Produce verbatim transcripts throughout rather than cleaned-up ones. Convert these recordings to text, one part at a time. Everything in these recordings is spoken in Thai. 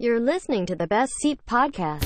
You're listening to the Best Seat Podcast.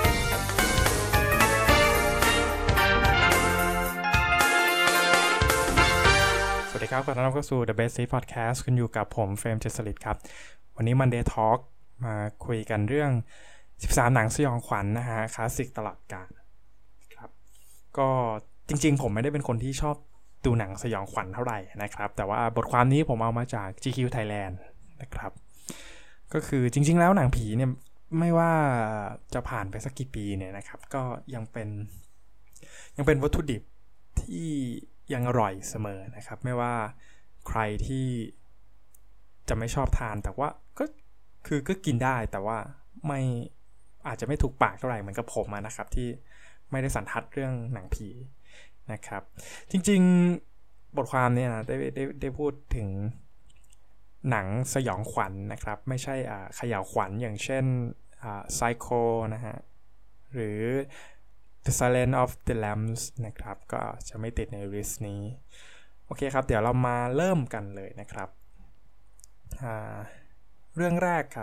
สวัสดีครับขอต้อนรับเข้าสู่ The Best Seat Podcast คุณอยู่กับผมเฟรมเจษริตครับวันนี้ Monday Talk มาคุยกันเรื่องสิบสามหนังสยองขวัญ นะฮะคลาสสิกตลอดกาลครับก็จริงๆผมไม่ได้เป็นคนที่ชอบดูหนังสยองขวัญเท่าไหร่นะครับแต่ว่าบทความนี้ผมเอามาจาก จี คิว Thailand นะครับก็คือจริงๆแล้วหนังผีเนี่ยไม่ว่าจะผ่านไปสักกี่ปีเนี่ยนะครับก็ยังเป็นยังเป็นวัตถุดิบที่ยังอร่อยเสมอนะครับไม่ว่าใครที่จะไม่ชอบทานแต่ว่าก็คือก็กินได้แต่ว่าไม่อาจจะไม่ถูกปากเท่าไหร่เหมือนกับผมนะครับที่ไม่ได้สันทัดเรื่องหนังผีนะครับจริงๆบทความเนี่ยนะได้ได้ได้พูดถึงหนังสยองขวัญ นะครับไม่ใช่อ่าเขย่าวขวัญอย่างเช่นอ่า Psycho นะฮะหรือ The Silence of the Lambs นะครับก็จะไม่ติดในลิสต์นี้โอเคครับเดี๋ยวเรามาเริ่มกันเลยนะครับอ่าเรื่องแรกครับ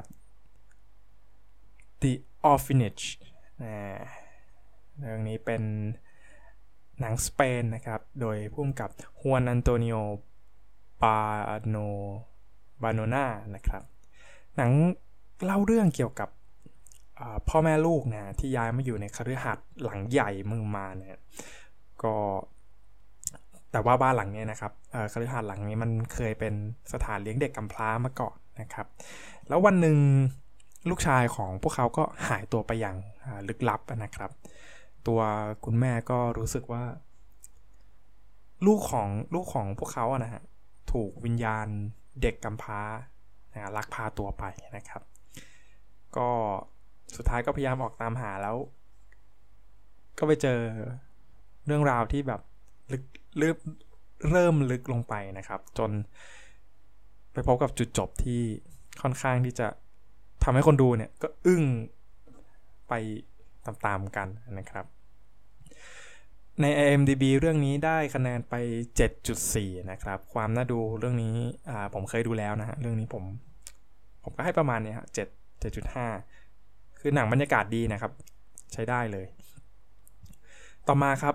The Orphanage นะเรื่องนี้เป็นหนังสเปนนะครับโดยผู้กำกับฮวนอันโตนิโอบาโนบาโนนานะครับหนังเล่าเรื่องเกี่ยวกับพ่อแม่ลูกนะที่ย้ายมาอยู่ในคฤหาสน์หลังใหญ่เมืองมาเนี่ยก็แต่ว่าบ้านหลังนี้นะครับคฤหาสน์หลังนี้มันเคยเป็นสถานเลี้ยงเด็กกำพร้ามาก่อนนะครับแล้ววันหนึ่งลูกชายของพวกเขาก็หายตัวไปอย่างลึกลับนะครับตัวคุณแม่ก็รู้สึกว่าลูกของลูกของพวกเขาอะนะฮะถูกวิญญาณเด็กกำพร้านะลักพาตัวไปนะครับก็สุดท้ายก็พยายามออกตามหาแล้วก็ไปเจอเรื่องราวที่แบบลึกลึกเริ่มลึกลงไปนะครับจนไปพบกับจุดจบที่ค่อนข้างที่จะทำให้คนดูเนี่ยก็อึ้งไปตามๆกันนะครับใน ไอ เอ็ม ดี บี เรื่องนี้ได้คะแนนไป เจ็ดจุดสี่ นะครับความน่าดูเรื่องนี้อ่าผมเคยดูแล้วนะฮะเรื่องนี้ผมผมก็ให้ประมาณนี้ฮะเจ็ด เจ็ดจุดห้า คือหนังบรรยากาศดีนะครับใช้ได้เลยต่อมาครับ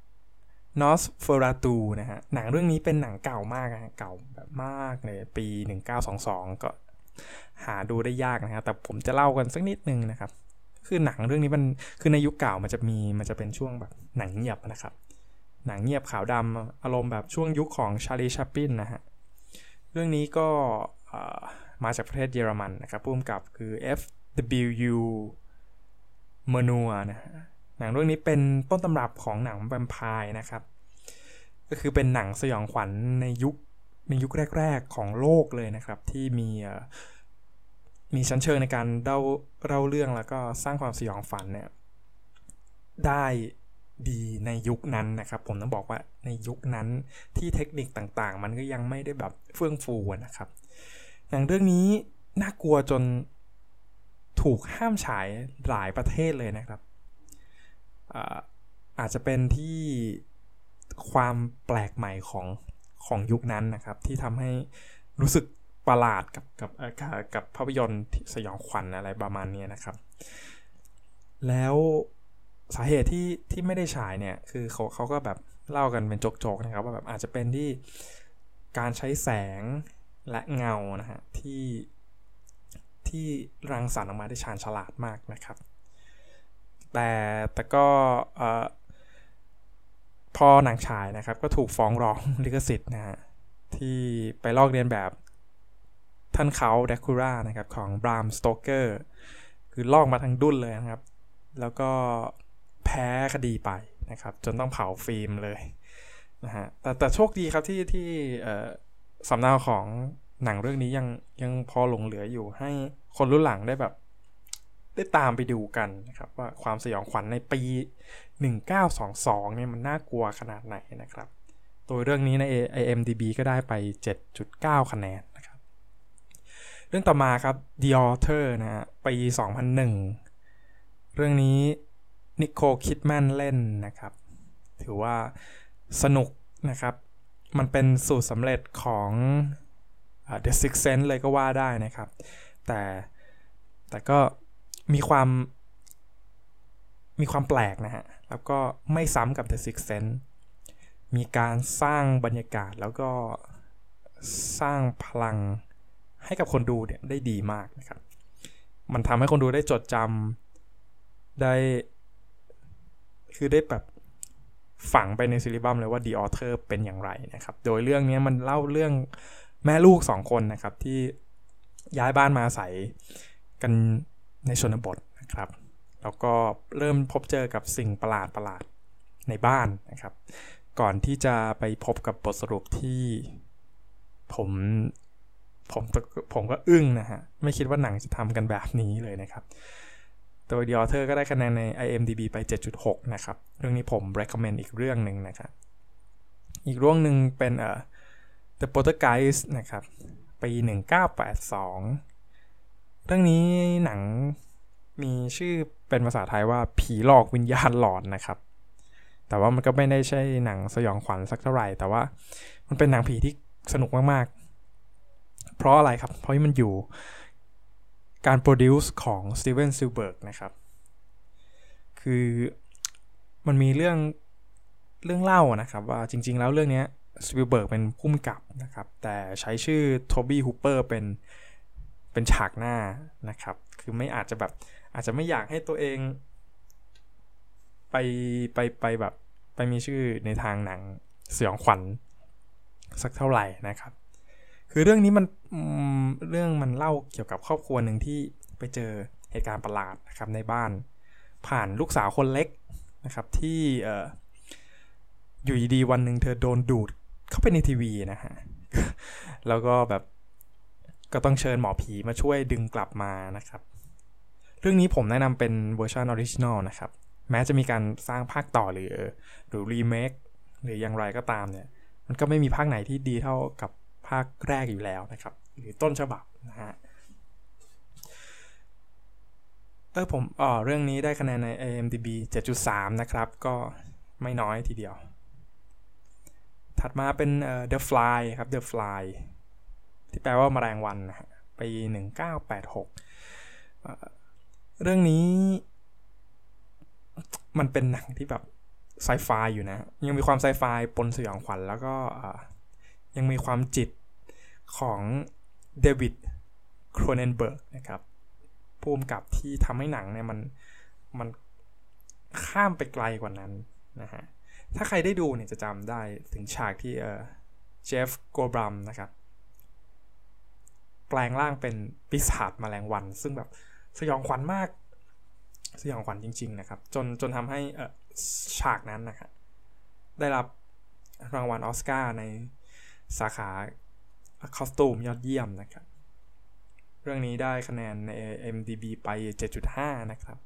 Nosferatu นะฮะหนังเรื่องนี้เป็นหนังเก่ามากนะเก่าแบบมากเลยปีหนึ่งพันเก้าร้อยยี่สิบสองก็หาดูได้ยากนะครับแต่ผมจะเล่ากันสักนิดนึงนะครับคือหนังเรื่องนี้มันคือในยุคเก่ามันจะมีมันจะเป็นช่วงแบบหนังเงียบนะครับหนังเงียบขาวดำอารมณ์แบบช่วงยุคของชาร์ลี แชปลินนะฮะเรื่องนี้ก็มาจากประเทศเยอรมันนะครับผู้กำกับคือ เอฟ ดับเบิลยู Murnau นะฮะหนังเรื่องนี้เป็นต้นตำรับของหนังแวมไพร์นะครับก็คือเป็นหนังสยองขวัญในยุคในยุคแรกๆของโลกเลยนะครับที่มีมีชั้นเชิงในการเล่าเล่าเรื่องแล้วก็สร้างความสยองฝันเนี่ยได้ดีในยุคนั้นนะครับผมต้องบอกว่าในยุคนั้นที่เทคนิคต่างๆมันก็ยังไม่ได้แบบเฟื่องฟูนะครับหนังเรื่องนี้น่ากลัวจนถูกห้ามฉายหลายประเทศเลยนะครับ อ่า อาจจะเป็นที่ความแปลกใหม่ของของยุคนั้นนะครับที่ทำให้รู้สึกประหลาดกับกับกับภาพยนตร์สยองขวัญอะไรประมาณนี้นะครับแล้วสาเหตุที่ที่ไม่ได้ฉายเนี่ยคือเขาเขาก็แบบเล่ากันเป็นโจกๆนะครับว่าแบบอาจจะเป็นที่การใช้แสงและเงานะฮะที่ที่รังสรรค์ออกมาได้ชาญฉลาดมากนะครับแต่แต่ก็พอหนังฉายนะครับก็ถูกฟ้องร้องลิขสิทธิ์นะฮะที่ไปลอกเลียนแบบท่านเขาแดคูร่านะครับของบรามสโตเกอร์คือลอกมาทั้งดุ้นเลยนะครับแล้วก็แพ้คดีไปนะครับจนต้องเผาฟิล์มเลยนะฮะแต่แต่โชคดีครับที่ที่สำเนาของหนังเรื่องนี้ยังยังพอหลงเหลืออยู่ให้คนรุ่นหลังได้แบบได้ตามไปดูกันนะครับว่าความสยองขวัญในปีหนึ่งพันเก้าร้อยยี่สิบสองเนี่ยมันน่ากลัวขนาดไหนนะครับโดยเรื่องนี้ใน ไอ เอ็ม ดี บี ก็ได้ไป เจ็ดจุดเก้า คะแนนนะครับเรื่องต่อมาครับ The Author นะฮะปีสองพันหนึ่งเรื่องนี้นิโคล คิดแมนเล่นนะครับถือว่าสนุกนะครับมันเป็นสูตรสำเร็จของ The Sixth Sense เลยก็ว่าได้นะครับแต่แต่ก็มีความมีความแปลกนะฮะแล้วก็ไม่ซ้ำกับ The Sixth Sense มีการสร้างบรรยากาศแล้วก็สร้างพลังให้กับคนดูเนี่ยได้ดีมากนะครับมันทำให้คนดูได้จดจำได้คือได้แบบฝังไปในซิลิบัมเลยว่า The Author เป็นอย่างไรนะครับโดยเรื่องนี้มันเล่าเรื่องแม่ลูกสองคนนะครับที่ย้ายบ้านมาอาศัยกันในชนบทนะครับแล้วก็เริ่มพบเจอกับสิ่งประหลาดประหลาดในบ้านนะครับก่อนที่จะไปพบกับบทสรุปที่ผมผมผมก็อึ้งนะฮะไม่คิดว่าหนังจะทำกันแบบนี้เลยนะครับโดย The Author ก็ได้คะแนนใน ไอ เอ็ม ดี บี ไป เจ็ดจุดหก นะครับเรื่องนี้ผม recommend อีกเรื่องนึงนะครับอีกเรื่องนึงเป็นเอ่อ The Poltergeist นะครับปีหนึ่งเก้าแปดสองเรื่องนี้หนังมีชื่อเป็นภาษาไทยว่าผีหลอกวิญญาณหลอนนะครับแต่ว่ามันก็ไม่ได้ใช่หนังสยองขวัญสักเท่าไหร่แต่ว่ามันเป็นหนังผีที่สนุกมากๆเพราะอะไรครับเพราะมันอยู่การโปรดิวซ์ของสตีเวนซิลเบิร์กนะครับคือมันมีเรื่องเรื่องเล่านะครับว่าจริงๆแล้วเรื่องนี้สตีเวนซิลเบิร์กเป็นผู้กำกับนะครับแต่ใช้ชื่อโทบี้ฮูเปอร์เป็นเป็นฉากหน้านะครับคือไม่อาจจะแบบอาจจะไม่อยากให้ตัวเองไปไปไปแบบไปมีชื่อในทางหนังสยองขวัญสักเท่าไหร่นะครับคือเรื่องนี้มันเรื่องมันเล่าเกี่ยวกับครอบครัวหนึ่งที่ไปเจอเหตุการณ์ประหลาดนะครับในบ้านผ่านลูกสาวคนเล็กนะครับที่เอ่ออยู่ดีๆวันหนึ่งเธอโดนดูดเข้าไปในทีวีนะฮะ แล้วก็แบบก็ต้องเชิญหมอผีมาช่วยดึงกลับมานะครับเรื่องนี้ผมแนะนำเป็นเวอร์ชันออริจินอลนะครับแม้จะมีการสร้างภาคต่อหรือหรือรีเมคหรืออย่างไรก็ตามเนี่ยมันก็ไม่มีภาคไหนที่ดีเท่ากับภาคแรกอยู่แล้วนะครับหรือต้นฉบับนะฮะเออผมอ๋อเรื่องนี้ได้คะแนนใน ไอ เอ็ม ดี บี เจ็ดจุดสาม นะครับก็ไม่น้อยทีเดียวถัดมาเป็นเอ่อ The Fly ครับ The Fly ที่แปลว่าแมลงวันนะฮะปีหนึ่งเก้าแปดหกเอ่อเรื่องนี้มันเป็นหนังที่แบบไซไฟอยู่นะยังมีความไซไฟปนสยองขวัญแล้วก็ยังมีความจิตของเดวิดโครเนนเบิร์กนะครับผู้กำกับที่ทำให้หนังเนี่ยมันมันข้ามไปไกลกว่านั้นนะฮะถ้าใครได้ดูเนี่ยจะจำได้ถึงฉากที่เอ่อเจฟโกลบรัมนะครับแปลงร่างเป็นปีศาจแมลงวันซึ่งแบบสยองขวัญมากสยองขวัญจริงๆนะครับจนจนทำให้เอ่อฉากนั้นนะครับได้รับรางวัลออสการ์ในสาขาคอสตูมยอดเยี่ยมนะครับเรื่องนี้ได้คะแนนใน ไอ เอ็ม ดี บี ไป เจ็ดจุดห้า นะครับ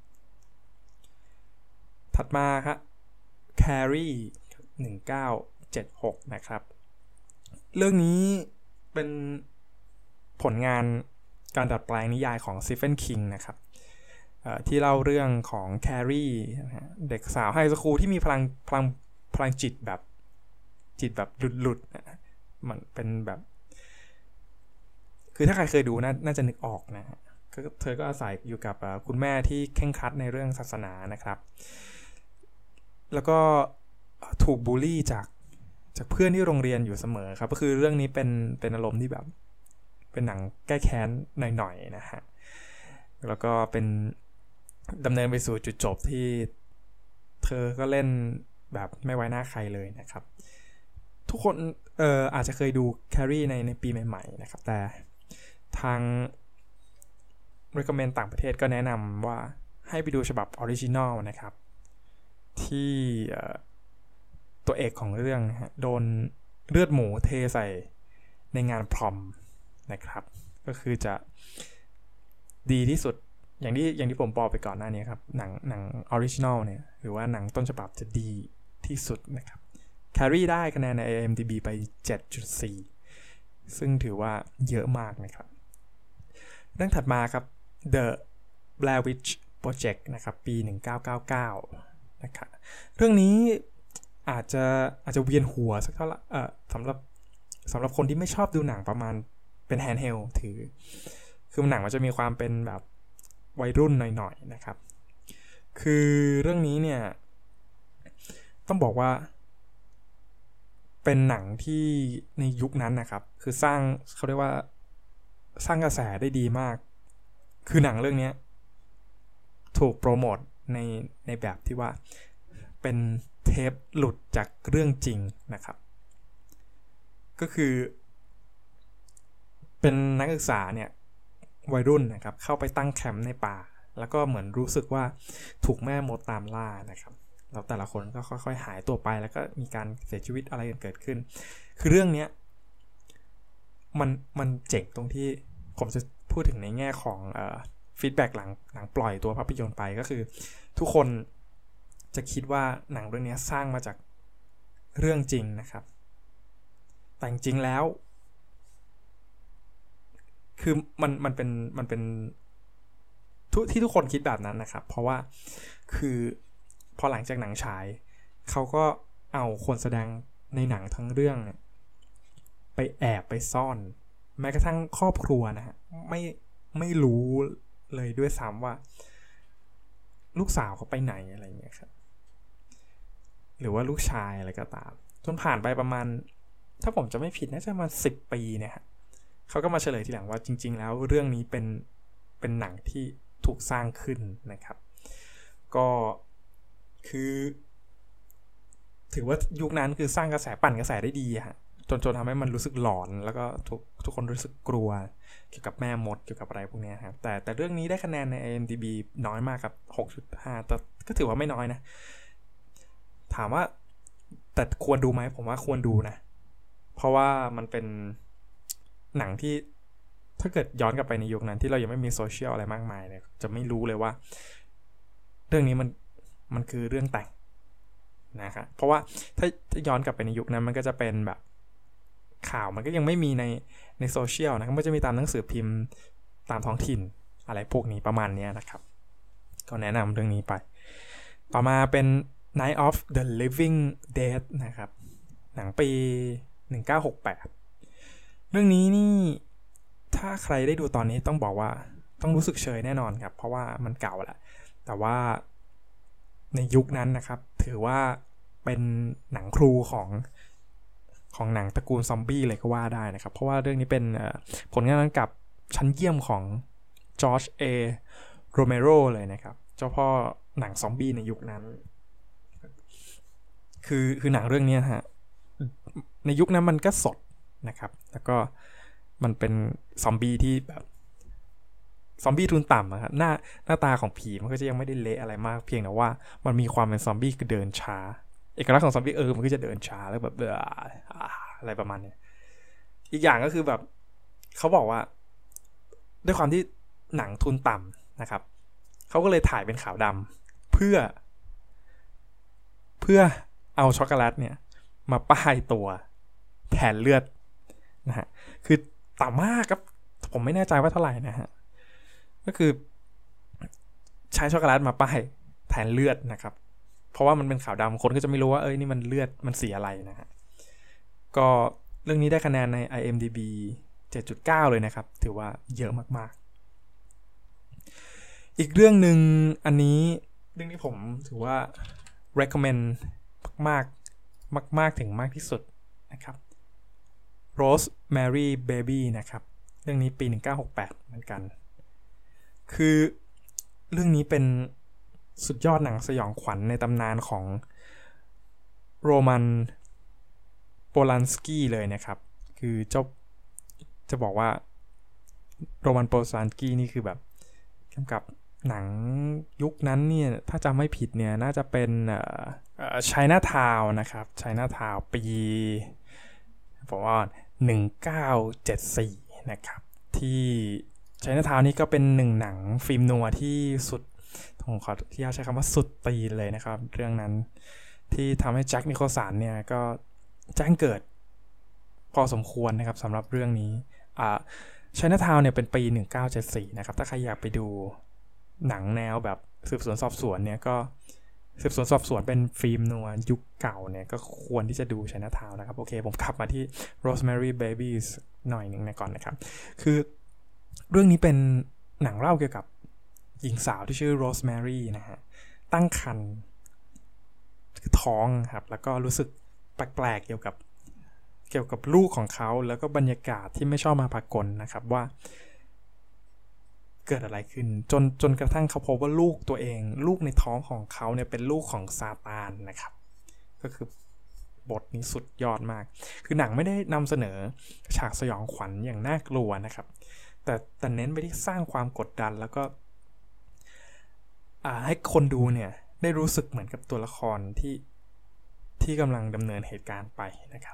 ถัดมาครับ Carrie หนึ่งเก้าเจ็ดหกนะครับเรื่องนี้เป็นผลงานการดัดแปลงนิยายของ Stephen King นะครับที่เล่าเรื่องของแครี่เด็กสาวไฮสคูลที่มีพลังพลังพลังจิตแบบจิตแบบหลุดๆนะมันเป็นแบบคือถ้าใครเคยดูน่าน่าจะนึกออกนะฮะเธอก็อาศัยอยู่กับคุณแม่ที่เคร่งครัดในเรื่องศาสนานะครับแล้วก็ถูกบูลลี่จากจากเพื่อนที่โรงเรียนอยู่เสมอครับก็คือเรื่องนี้เป็นเป็นอารมณ์ที่แบบเป็นหนังแก้แค้นหน่อยๆนะฮะแล้วก็เป็นดำเนินไปสู่จุดจบที่เธอก็เล่นแบบไม่ไว้หน้าใครเลยนะครับทุกคนเอ่ออาจจะเคยดู Carrie ในในปีใหม่ๆนะครับแต่ทาง recommend ต่างประเทศก็แนะนำว่าให้ไปดูฉบับออริจินอลนะครับที่ตัวเอกของเรื่องนะฮะโดนเลือดหมูเทใส่ในงานพรอมนะครับก็คือจะดีที่สุดอย่างที่อย่างที่ผมบอกไปก่อนหน้านี้ครับหนังหนังออริจินอลเนี่ยหรือว่าหนังต้นฉบับจะดีที่สุดนะครับ Carrie ได้คะแนนใน ไอ เอ็ม ดี บี ไป เจ็ดจุดสี่ ซึ่งถือว่าเยอะมากนะครับเรื่องถัดมาครับ The Blair Witch Project นะครับปีหนึ่งเก้าเก้าเก้านะครับเรื่องนี้อาจจะอาจจะเวียนหัวสักเท่าไหร่เอ่อสำหรับสำหรับคนที่ไม่ชอบดูหนังประมาณเป็นแฮนด์เฮลถือคือหนังมันจะมีความเป็นแบบวัยรุ่นหน่อยๆนะครับคือเรื่องนี้เนี่ยต้องบอกว่าเป็นหนังที่ในยุคนั้นนะครับคือสร้างเขาเรียกว่าสร้างกระแสได้ดีมากคือหนังเรื่องนี้ถูกโปรโมทในในแบบที่ว่าเป็นเทปหลุดจากเรื่องจริงนะครับก็คือเป็นนักศึกษาเนี่ยวัยรุ่นนะครับเข้าไปตั้งแคมป์ในป่าแล้วก็เหมือนรู้สึกว่าถูกแม่มดตามล่านะครับแล้วแต่ละคนก็ค่อยๆหายตัวไปแล้วก็มีการเสียชีวิตอะไรกันเกิดขึ้นคือเรื่องนี้มันมันเจ๋งตรงที่ผมจะพูดถึงในแง่ของเอ่อฟีดแบ็กหลังหลังปล่อยตัวภาพยนตร์ไปก็คือทุกคนจะคิดว่าหนังเรื่องนี้สร้างมาจากเรื่องจริงนะครับแต่จริงๆแล้วคือมันมันเป็นมันเป็นทุกที่ทุกคนคิดแบบนั้นนะครับเพราะว่าคือพอหลังจากหนังฉายเขาก็เอาคนแสดงในหนังทั้งเรื่องไปแอบไปซ่อนแม้กระทั่งครอบครัวนะฮะไม่ไม่รู้เลยด้วยซ้ำว่าลูกสาวเขาไปไหนอะไรเงี้ยครับหรือว่าลูกชายอะไรก็ตามจนผ่านไปประมาณถ้าผมจะไม่ผิดน่าจะประมาณสิบปีเนี่ยเขาก็มาเฉลยทีหลังว่าจริงๆแล้วเรื่องนี้เป็นเป็นหนังที่ถูกสร้างขึ้นนะครับก็คือถือว่ายุคนั้นคือสร้างกระแสปั่นกระแสได้ดีฮะจนจนทำให้มันรู้สึกหลอนแล้วก็ทุกทุกคนรู้สึกกลัวเกี่ยวกับแม่มดเกี่ยวกับอะไรพวกนี้ครับแต่แต่เรื่องนี้ได้คะแนนใน ไอ เอ็ม ดี บี น้อยมากครับ หกจุดห้า แต่ก็ถือว่าไม่น้อยนะถามว่าแต่ควรดูไหมผมว่าควรดูนะเพราะว่ามันเป็นหนังที่ถ้าเกิดย้อนกลับไปในยุคนั้นที่เรายังไม่มีโซเชียลอะไรมากมายเนี่ยจะไม่รู้เลยว่าเรื่องนี้มันมันคือเรื่องแต่งนะครับเพราะว่าถ้าถ้าย้อนกลับไปในยุคนั้นมันก็จะเป็นแบบข่าวมันก็ยังไม่มีในในโซเชียลนะครับมันจะมีตามหนังสือพิมพ์ตามท้องถิ่นอะไรพวกนี้ประมาณนี้นะครับก็แนะนำเรื่องนี้ไปต่อมาเป็น Night of the Living Dead นะครับหนังปีหนึ่งพันเก้าร้อยหกสิบแปดเรื่องนี้นี่ถ้าใครได้ดูตอนนี้ต้องบอกว่าต้องรู้สึกเฉยแน่นอนครับเพราะว่ามันเก่าแล้วแต่ว่าในยุคนั้นนะครับถือว่าเป็นหนังครูของของหนังตระกูลซอมบี้เลยก็ว่าได้นะครับเพราะว่าเรื่องนี้เป็นผลงานกำกับชั้นเยี่ยมของจอร์จเอโรเมโรเลยนะครับเจ้าพ่อหนังซอมบี้ในยุคนั้นคือคือหนังเรื่องนี้ฮะในยุคนั้นมันก็สดนะครับแล้วก็มันเป็นซอมบี้ที่แบบซอมบี้ทุนต่ำนะครับหน้าหน้าตาของผีมันก็จะยังไม่ได้เละอะไรมากเพียงแต่ว่ามันมีความเป็นซอมบี้คือเดินช้าเอกลักษณ์ของซอมบี้เออมันก็จะเดินช้าแล้วแบบอะไรประมาณนี้อีกอย่างก็คือแบบเขาบอกว่าด้วยความที่หนังทุนต่ำนะครับเขาก็เลยถ่ายเป็นขาวดำเพื่อเพื่อเอาช็อกโกแลตเนี่ยมาป้ายตัวแทนเลือดนะฮะคือต่ำมากครับผมไม่แน่ใจว่าเท่าไหร่นะฮะก็คือใช้ช็อกโกแลตมาป้ายแทนเลือดนะครับเพราะว่ามันเป็นขาวดำคนก็จะไม่รู้ว่าเอ้ยนี่มันเลือดมันสีอะไรนะฮะก็เรื่องนี้ได้คะแนนใน ไอ เอ็ม ดี บี เจ็ดจุดเก้า เลยนะครับถือว่าเยอะมากๆอีกเรื่องนึงอันนี้เรื่องที่ผมถือว่า recommend มากๆมากๆถึงมากที่สุดนะครับ Rosemary Baby นะครับเรื่องนี้ปีหนึ่งพันเก้าร้อยหกสิบแปดเหมือนกันคือเรื่องนี้เป็นสุดยอดหนังสยองขวัญในตำนานของโรมันโปลันสกี้เลยนะครับคือเจ้าจะบอกว่าโรมันโปลันสกี้นี่คือแบบกำกับหนังยุคนั้นเนี่ยถ้าจำไม่ผิดเนี่ยน่าจะเป็นเอ่อเอ่อ Chinatown นะครับ Chinatown ปีผมว่าหนึ่งพันเก้าร้อยเจ็ดสิบสี่นะครับที่Chinatownนี่ก็เป็นหนึ่งหนังฟิล์มนัวที่สุดผมขอที่จะใช้คำว่าสุดตีนเลยนะครับเรื่องนั้นที่ทำให้แจ็คนิโคลสันเนี่ยก็แจ้งเกิดพอสมควรนะครับสำหรับเรื่องนี้อ่าChinatownเนี่ยเป็นปีหนึ่งพันเก้าร้อยเจ็ดสิบสี่นะครับถ้าใครอยากไปดูหนังแนวแบบสืบสวนสอบสวนเนี่ยก็สืบสวนสอบสวนเป็นฟิล์มนัวยุคเก่าเนี่ยก็ควรที่จะดูChinatownนะครับโอเคผมขับมาที่ Rosemary Babies หน่อยนึงนะก่อนนะครับคือเรื่องนี้เป็นหนังเล่าเกี่ยวกับหญิงสาวที่ชื่อโรสแมรี่นะฮะตั้งครรภ์ท้องครับแล้วก็รู้สึกแปลกๆเกี่ยวกับเกี่ยวกับลูกของเขาแล้วก็บรรยากาศที่ไม่ชอบมาพากลนะครับว่าเกิดอะไรขึ้นจนจนกระทั่งเขาพบว่าลูกตัวเองลูกในท้องของเขาเนี่ยเป็นลูกของซาตานนะครับก็คือบทนี้สุดยอดมากคือหนังไม่ได้นำเสนอฉากสยองขวัญอย่างน่ากลัวนะครับแต่แต่เน้นไปที่สร้างความกดดันแล้วก็ให้คนดูเนี่ยได้รู้สึกเหมือนกับตัวละครที่ที่กำลังดำเนินเหตุการณ์ไปนะครับ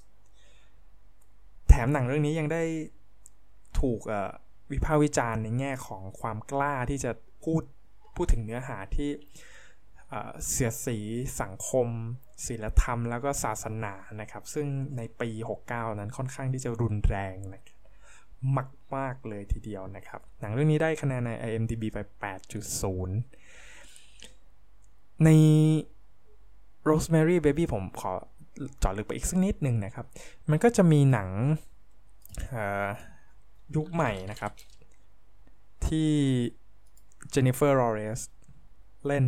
แถมหนังเรื่องนี้ยังได้ถูกวิพากษ์วิจารณ์ในแง่ของความกล้าที่จะพูดพูดถึงเนื้อหาที่เสียดสีสังคมศีลธรรมแล้วก็ศาสนานะครับซึ่งในปีหกสิบเก้านั้นค่อนข้างที่จะรุนแรงนะครับมากมากเลยทีเดียวนะครับหนังเรื่องนี้ได้คะแนนใน ไอ เอ็ม ดี บี ไป แปดจุดศูนย์ ใน Rosemary Baby ผมขอเจาะลึกไปอีกสักนิดนึงนะครับมันก็จะมีหนังยุคใหม่นะครับที่เจนนิเฟอร์ลอเรนซ์เล่น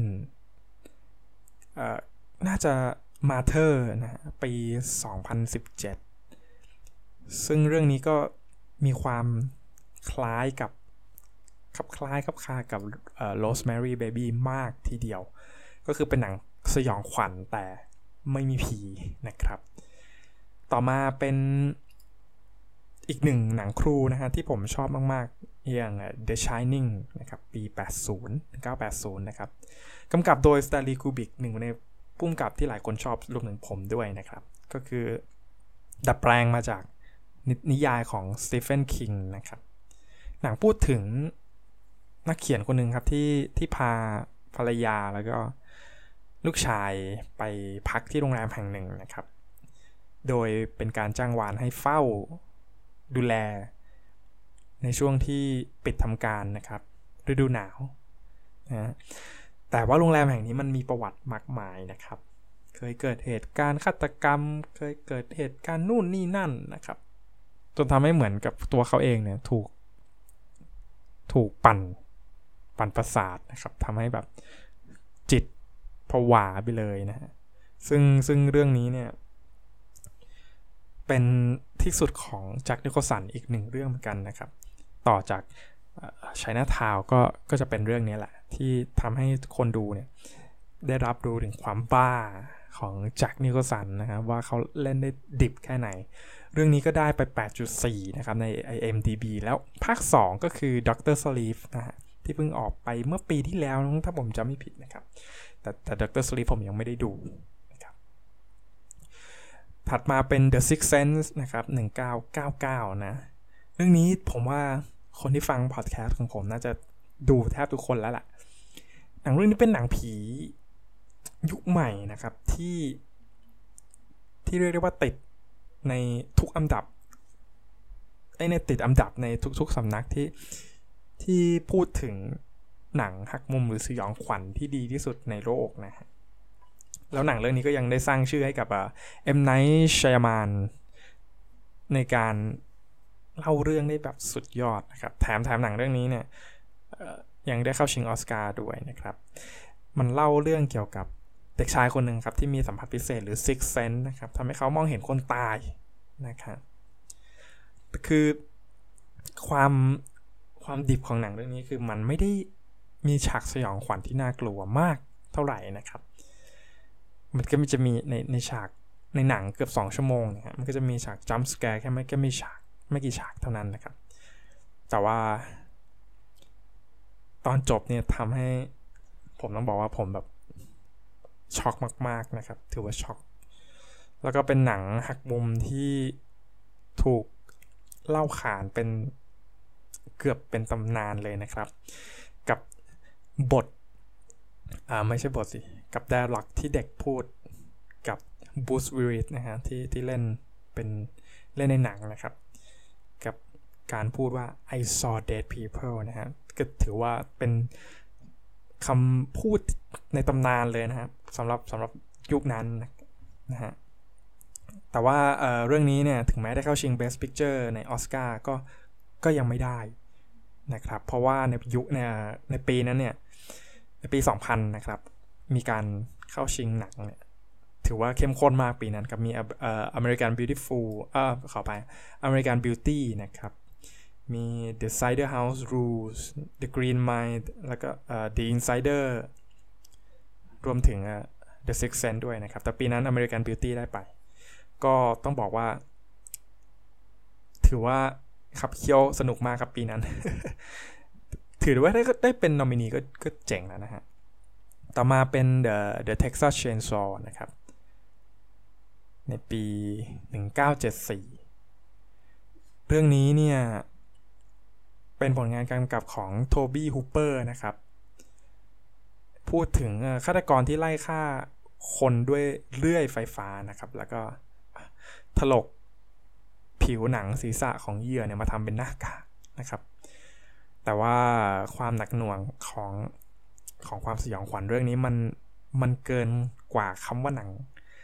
น่าจะมาเธอร์นะฮะปีสองพันสิบเจ็ดซึ่งเรื่องนี้ก็มีความคล้ายกับคลับคล้ายคลับคากับเอ่อ Rosemary Baby มากทีเดียวก็คือเป็นหนังสยองขวัญแต่ไม่มีผีนะครับต่อมาเป็นอีกหนึ่งหนังครูนะฮะที่ผมชอบมากๆอย่าง The Shining นะครับปีแปดสิบ หนึ่งเก้าแปดศูนย์นะครับกำกับโดย Stanley Kubrick หนึ่งในผู้กำกับที่หลายคนชอบรวมถึงผมด้วยนะครับก็คือดัดแปลงมาจากนิยายของ Stephen King นะครับหนังพูดถึงนักเขียนคนหนึ่งครับที่ที่พาภรรยาแล้วก็ลูกชายไปพักที่โรงแรมแห่งหนึ่งนะครับโดยเป็นการจ้างวานให้เฝ้าดูแลในช่วงที่ปิดทำการนะครับฤดูหนาวนะแต่ว่าโรงแรมแห่งนี้มันมีประวัติมากมายนะครับเคยเกิดเหตุการณ์ฆาตกรรมเคยเกิดเหตุการณ์นู่นนี่นั่นนะครับจนทำให้เหมือนกับตัวเขาเองเนี่ยถูกถูกปั่นปั่นประสาทนะครับทำให้แบบจิตผวาไปเลยนะฮะซึ่งซึ่งเรื่องนี้เนี่ยเป็นที่สุดของแจ็คนิโคลสันอีกหนึ่งเรื่องเหมือนกันนะครับต่อจากไชน่าทาวน์ก็ก็จะเป็นเรื่องนี้แหละที่ทำให้คนดูเนี่ยได้รับรู้ถึงความบ้าของแจ็คนิโคลสันนะครับว่าเขาเล่นได้ดิบแค่ไหนเรื่องนี้ก็ได้ไป แปดจุดสี่ นะครับใน ไอ เอ็ม ดี บี แล้วภาคสองก็คือ ด็อกเตอร์ Sleep นะฮะที่เพิ่งออกไปเมื่อปีที่แล้วถ้าผมจำไม่ผิดนะครับแต่แต่ ด็อกเตอร์ Sleep ผมยังไม่ได้ดูนะครับถัดมาเป็น The Sixth Sense นะครับหนึ่งพันเก้าร้อยเก้าสิบเก้านะเรื่องนี้ผมว่าคนที่ฟังพอดแคสต์ของผมน่าจะดูแทบทุกคนแล้วล่ะหนังเรื่องนี้เป็นหนังผียุคใหม่นะครับที่ที่เรียกได้ว่าติดในทุกอันดับไอ้ในติดอันดับในทุกๆสำนักที่ที่พูดถึงหนังหักมุมหรือสยองขวัญที่ดีที่สุดในโลกนะฮะแล้วหนังเรื่องนี้ก็ยังได้สร้างชื่อให้กับเอ็มไนท์ชัยมานในการเล่าเรื่องได้แบบสุดยอดนะครับแถมแถมหนังเรื่องนี้เนี่ยยังได้เข้าชิงออสการ์ด้วยนะครับมันเล่าเรื่องเกี่ยวกับเด็กชายคนหนึ่งครับที่มีสัมผัสพิเศษหรือ Sixth Sense นะครับทำให้เขามองเห็นคนตายนะครับคือความความดิบของหนังเรื่องนี้คือมันไม่ได้มีฉากสยองขวัญที่น่ากลัวมากเท่าไหร่นะครับมันก็จะมีในในฉากในหนังเกือบสองชั่วโมงนะครับมันก็จะมีฉาก jump scare แค่ไม่แค่มีฉากไม่กี่ฉากเท่านั้นนะครับแต่ว่าตอนจบเนี่ยทำให้ผมต้องบอกว่าผมแบบช็อกมากๆนะครับถือว่าช็อกแล้วก็เป็นหนังหักมุมที่ถูกเล่าขานเป็นเกือบเป็นตำนานเลยนะครับกับบทอ่าไม่ใช่บทสิกับไดอะล็อกที่เด็กพูดกับบูสวิริสนะฮะที่ที่เล่นเป็นเล่นในหนังนะครับกับการพูดว่า I saw dead people นะฮะก็ถือว่าเป็นคำพูดในตำนานเลยนะครับสำหรับสำหรับยุคนั้นนะฮะแต่ว่า เอ่อ เรื่องนี้เนี่ยถึงแม้ได้เข้าชิง Best Picture ในออสการ์ก็ก็ยังไม่ได้นะครับเพราะว่าในยุคในในปีนั้นเนี่ยในปีสองพันนะครับมีการเข้าชิงหนังเนี่ยถือว่าเข้มข้นมากปีนั้นครับมีเอ่อ American Beautiful เอ่อขอไป American Beauty นะครับมี The Cider House Rules The Green Mile แล้วก็เอ่อ The Insider รวมถึง The Sixth Sense ด้วยนะครับแต่ปีนั้น American Beauty ได้ไปก็ต้องบอกว่าถือว่าขับเคี่ยวสนุกมากครับปีนั้น ถือว่าได้ได้เป็นนอมินีก็ก็เจ๋งแล้วนะฮะต่อมาเป็น The The Texas Chainsaw นะครับในปีหนึ่งเก้าเจ็ดสี่เรื่องนี้เนี่ยเป็นผลงานกำกับของโทบี้ฮูเปอร์นะครับพูดถึงฆาตกรที่ไล่ฆ่าคนด้วยเลื่อยไฟฟ้านะครับแล้วก็ถลกผิวหนังศีรษะของเหยื่อเนี่ยมาทำเป็นหน้ากากนะครับแต่ว่าความหนักหน่วงของของความสยองขวัญเรื่องนี้มันมันเกินกว่าคำว่าหนัง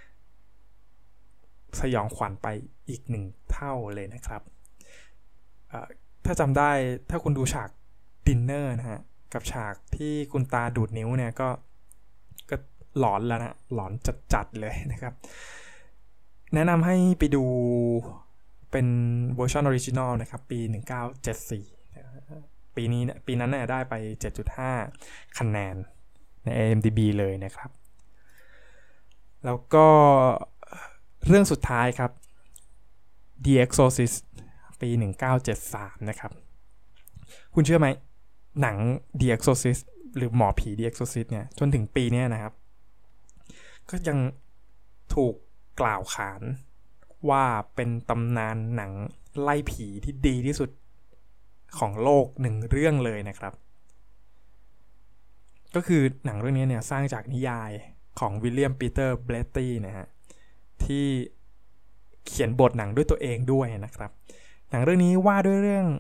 สยองขวัญไปอีกหนึ่งเท่าเลยนะครับถ้าจำได้ถ้าคุณดูฉากดินเนอร์นะฮะกับฉากที่คุณตาดูดนิ้วเนี่ยก็ก็หลอนแล้วนะหลอนจัดๆเลยนะครับแนะนำให้ไปดูเป็นเวอร์ชันออริจินอลนะครับปีหนึ่งเก้าเจ็ดสี่ปีนี้ปีนั้นเนี่ยได้ไป เจ็ดจุดห้า คะแนนใน ไอ เอ็ม ดี บี เลยนะครับแล้วก็เรื่องสุดท้ายครับ The Exorcist ปีหนึ่งเก้าเจ็ดสามนะครับคุณเชื่อไหมหนัง The Exorcist หรือหมอผี The Exorcist เนี่ยจนถึงปีนี้นะครับก็ยังถูกกล่าวขานว่าเป็นตำนานหนังไล่ผีที่ดีที่สุดของโลกหนึ่งเรื่องเลยนะครับก็คือหนังเรื่องนี้เนี่ยสร้างจากนิยายของวิลเลียมปีเตอร์เบลตตี้นะฮะที่เขียนบทหนังด้วยตัวเองด้วยนะครับหนังเรื่องนี้ว่าด้วยเรื่อง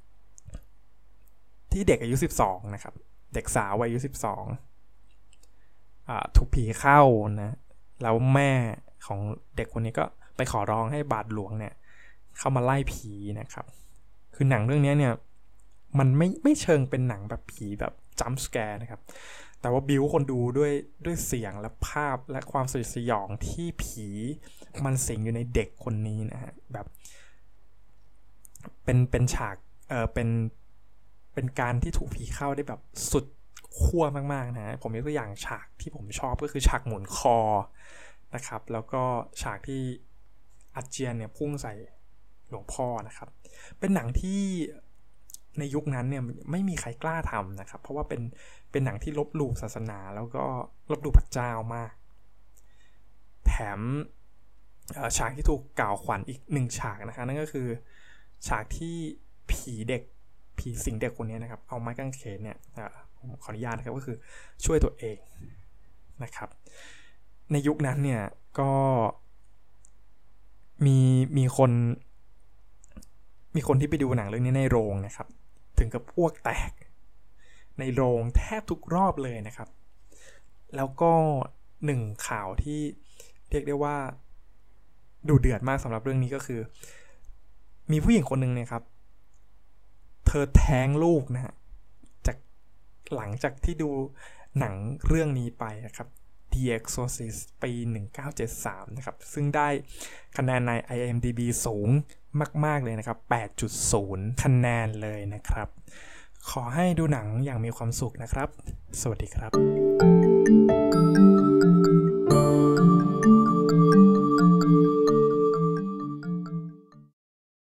ที่เด็กอายุสิบสองนะครับเด็กสาวอายุสิบสองอ่าถูกผีเข้านะแล้วแม่ของเด็กคนนี้ก็ไปขอร้องให้บาทหลวงเนี่ยเข้ามาไล่ผีนะครับคือหนังเรื่องนี้เนี่ยมันไม่ไม่เชิงเป็นหนังแบบผีแบบจัมป์สแกร์นะครับแต่ว่าบิวคนดูด้วยด้วยเสียงและภาพและความสยดสยองที่ผีมันสิงอยู่ในเด็กคนนี้นะฮะแบบเป็นเป็นฉากเออเป็นเป็นการที่ถูกผีเข้าได้แบบสุดขั้วมากๆนะผมยกตัวอย่างฉากที่ผมชอบก็คือฉากหมุนคอนะครับแล้วก็ฉากที่อาเจียนเนี่ยพุ่งใส่หลวงพ่อนะครับเป็นหนังที่ในยุคนั้นเนี่ยไม่มีใครกล้าทำนะครับเพราะว่าเป็นเป็นหนังที่ลบหลู่ศาสนาแล้วก็ลบหลู่พระเจ้ามากแถมฉากที่ถูกกล่าวขวัญอีกหนึ่งฉากนะคะนั่นก็คือฉากที่ผีเด็กผีสิงเด็กคนนี้นะครับเอาไม้กางเขนเนี่ยผมขออนุญาตนะครับก็คือช่วยตัวเองนะครับในยุคนั้นเนี่ยก็มีมีคนมีคนที่ไปดูหนังเรื่องนี้ในโรงนะครับถึงกับพวกแตกในโรงแทบทุกรอบเลยนะครับแล้วก็หนึ่งข่าวที่เรียกได้ว่าดูเดือดมากสำหรับเรื่องนี้ก็คือมีผู้หญิงคนหนึ่งเนี่ยครับเธอแท้งลูกนะฮะจากหลังจากที่ดูหนังเรื่องนี้ไปนะครับ The Exorcist ปีหนึ่งเก้าเจ็ดสามนะครับซึ่งได้คะแนนใน ไอ เอ็ม ดี บี สูงมากๆเลยนะครับ แปดจุดศูนย์ คะแนนเลยนะครับขอให้ดูหนังอย่างมีความสุขนะครับสวัสดีครับ